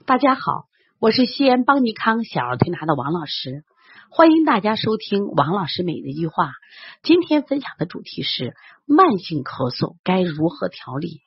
大家好，我是西安邦尼康小儿推拿的王老师，欢迎大家收听王老师每日一句话。今天分享的主题是慢性咳嗽该如何调理。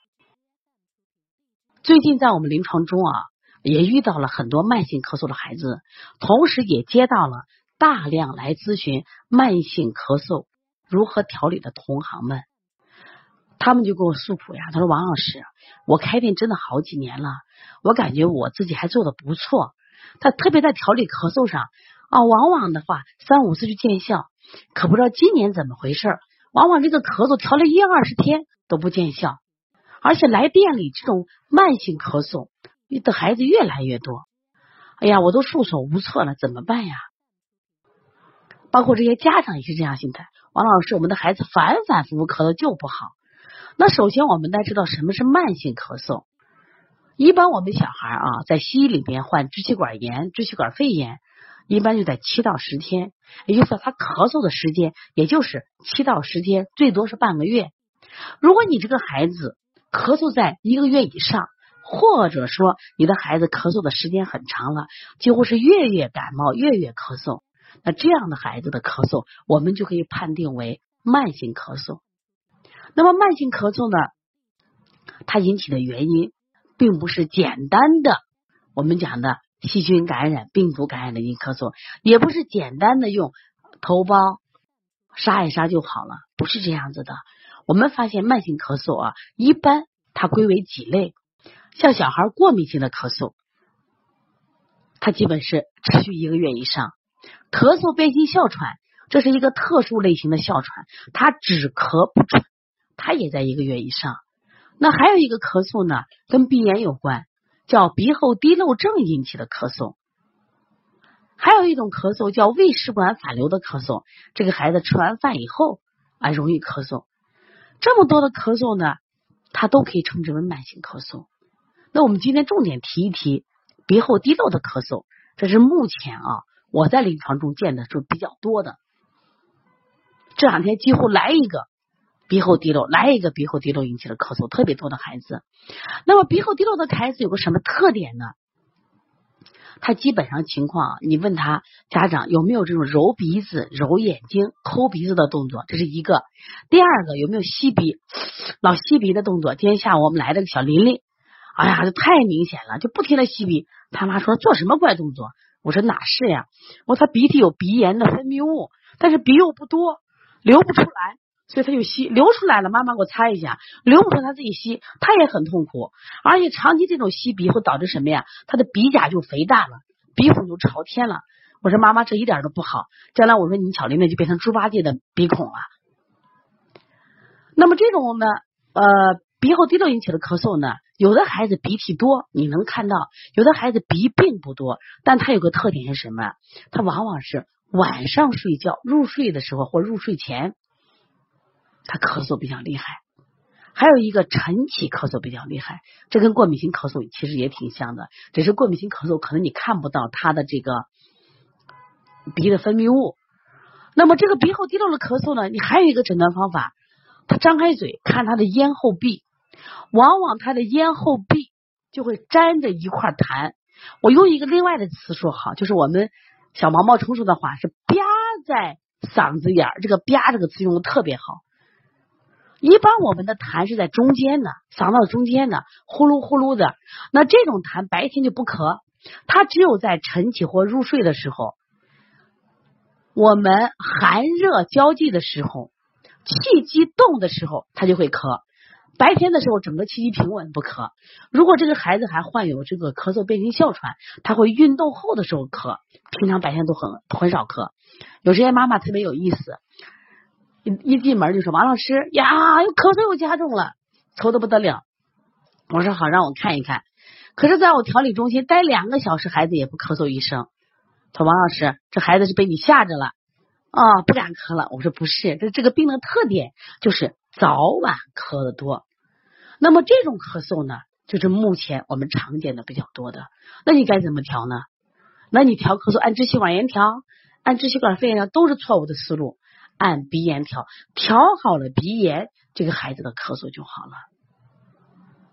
最近在我们临床中也遇到了很多慢性咳嗽的孩子，同时也接到了大量来咨询慢性咳嗽如何调理的同行们。他们就跟我诉苦呀，他说王老师，我开店真的好几年了，我感觉我自己还做得不错，他特别在调理咳嗽上往往的话3-5次就见效，可不知道今年怎么回事，往往这个咳嗽调了10-20天都不见效，而且来店里这种慢性咳嗽的孩子越来越多。哎呀，我都束手无策了，怎么办呀？包括这些家长也是这样心态，王老师，我们的孩子反反复复咳嗽就不好。那首先我们得知道什么是慢性咳嗽。一般我们小孩在西医里边患支气管炎、支气管肺炎，一般就在7到10天，也就是说他咳嗽的时间也就是7到10天，最多是半个月。如果你这个孩子咳嗽在1个月以上，或者说你的孩子咳嗽的时间很长了，几乎是月感冒、月咳嗽，那这样的孩子的咳嗽我们就可以判定为慢性咳嗽。那么慢性咳嗽呢，它引起的原因并不是简单的我们讲的细菌感染、病毒感染的咳嗽，也不是简单的用头孢杀一杀就好了，不是这样子的。我们发现慢性咳嗽一般它归为几类。像小孩过敏性的咳嗽，它基本是持续1个月以上。咳嗽变性哮喘，这是一个特殊类型的哮喘，它只咳不喘，它也在1个月以上。那还有一个咳嗽呢，跟鼻炎有关，叫鼻后滴漏症引起的咳嗽。还有一种咳嗽叫胃食管反流的咳嗽，这个孩子吃完饭以后容易咳嗽。这么多的咳嗽呢，它都可以称之为慢性咳嗽。那我们今天重点提一提鼻后滴漏的咳嗽，这是目前我在临床中见的是比较多的。这2天几乎来一个鼻后滴漏，来一个鼻后滴漏引起的咳嗽，特别多的孩子。那么鼻后滴漏的孩子有个什么特点呢？他基本上情况你问他家长有没有这种揉鼻子、揉眼睛、抠鼻子的动作，这是一个。第二个，有没有吸鼻、老吸鼻的动作？今天下午我们来了个小琳琳，哎呀，这太明显了，就不停的吸鼻。他妈说做什么怪动作？我说哪是呀？我说他鼻涕有鼻炎的分泌物，但是鼻又不多，流不出来，所以他就吸，流出来了妈妈给我擦一下，流不出来他自己吸，他也很痛苦。而且长期这种吸鼻会导致什么呀？他的鼻甲就肥大了，鼻孔就朝天了。我说妈妈这一点都不好，将来我说你小琳琳就变成猪八戒的鼻孔了。那么这种呢鼻后滴漏引起的咳嗽呢，有的孩子鼻涕多，你能看到；有的孩子鼻并不多，但他有个特点是什么？他往往是晚上睡觉入睡的时候或入睡前，他咳嗽比较厉害。还有一个晨起咳嗽比较厉害，这跟过敏性咳嗽其实也挺像的，只是过敏性咳嗽可能你看不到他的这个鼻的分泌物。那么这个鼻后滴漏的咳嗽呢，你还有一个诊断方法，他张开嘴看他的咽后壁，往往他的咽后壁就会粘着一块痰。我用一个另外的词说好，就是我们小毛毛虫说的话是吧在嗓子眼，这个吧这个词用的特别好。一般我们的痰是在中间的，嗓子中间的，呼噜呼噜的。那这种痰白天就不咳，它只有在晨起或入睡的时候，我们寒热交际的时候，气机动的时候，它就会咳。白天的时候整个气机平稳不咳。如果这个孩子还患有这个咳嗽变性哮喘，他会运动后的时候咳，平常白天都很少咳。有些妈妈特别有意思，一进门就说王老师呀，又咳嗽又加重了，愁得不得了。我说好，让我看一看。可是在我调理中心待2个小时，孩子也不咳嗽一声。他说王老师，这孩子是被你吓着了不敢咳了。我说不是，这个病的特点就是早晚咳得多。那么这种咳嗽呢，就是目前我们常见的比较多的。那你该怎么调呢？那你调咳嗽按支气管炎调，按支气管肺炎调都是错误的思路。按鼻炎调好了鼻炎，这个孩子的咳嗽就好了。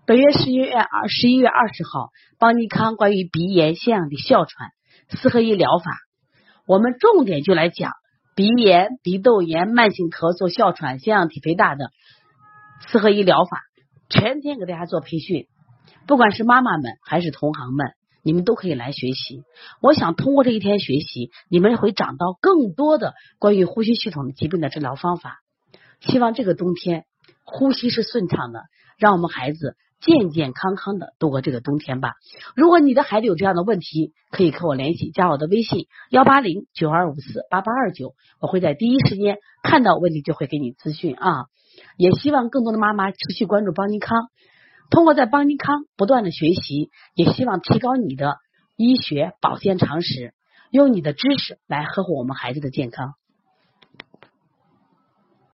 本月11月20号，邦尼康关于鼻炎、腺样体、哮喘4合1疗法，我们重点就来讲鼻炎、鼻窦炎、慢性咳嗽、哮喘、腺样体肥大的4合1疗法，全天给大家做培训，不管是妈妈们还是同行们，你们都可以来学习。我想通过这一天学习，你们会长到更多的关于呼吸系统的疾病的治疗方法。希望这个冬天呼吸是顺畅的，让我们孩子健健康康的度过这个冬天吧。如果你的孩子有这样的问题，可以和我联系，加我的微信18092548829，我会在第一时间看到问题就会给你咨询啊。也希望更多的妈妈持续关注邦尼康，通过在邦尼康不断的学习，也希望提高你的医学保健常识，用你的知识来呵护我们孩子的健康。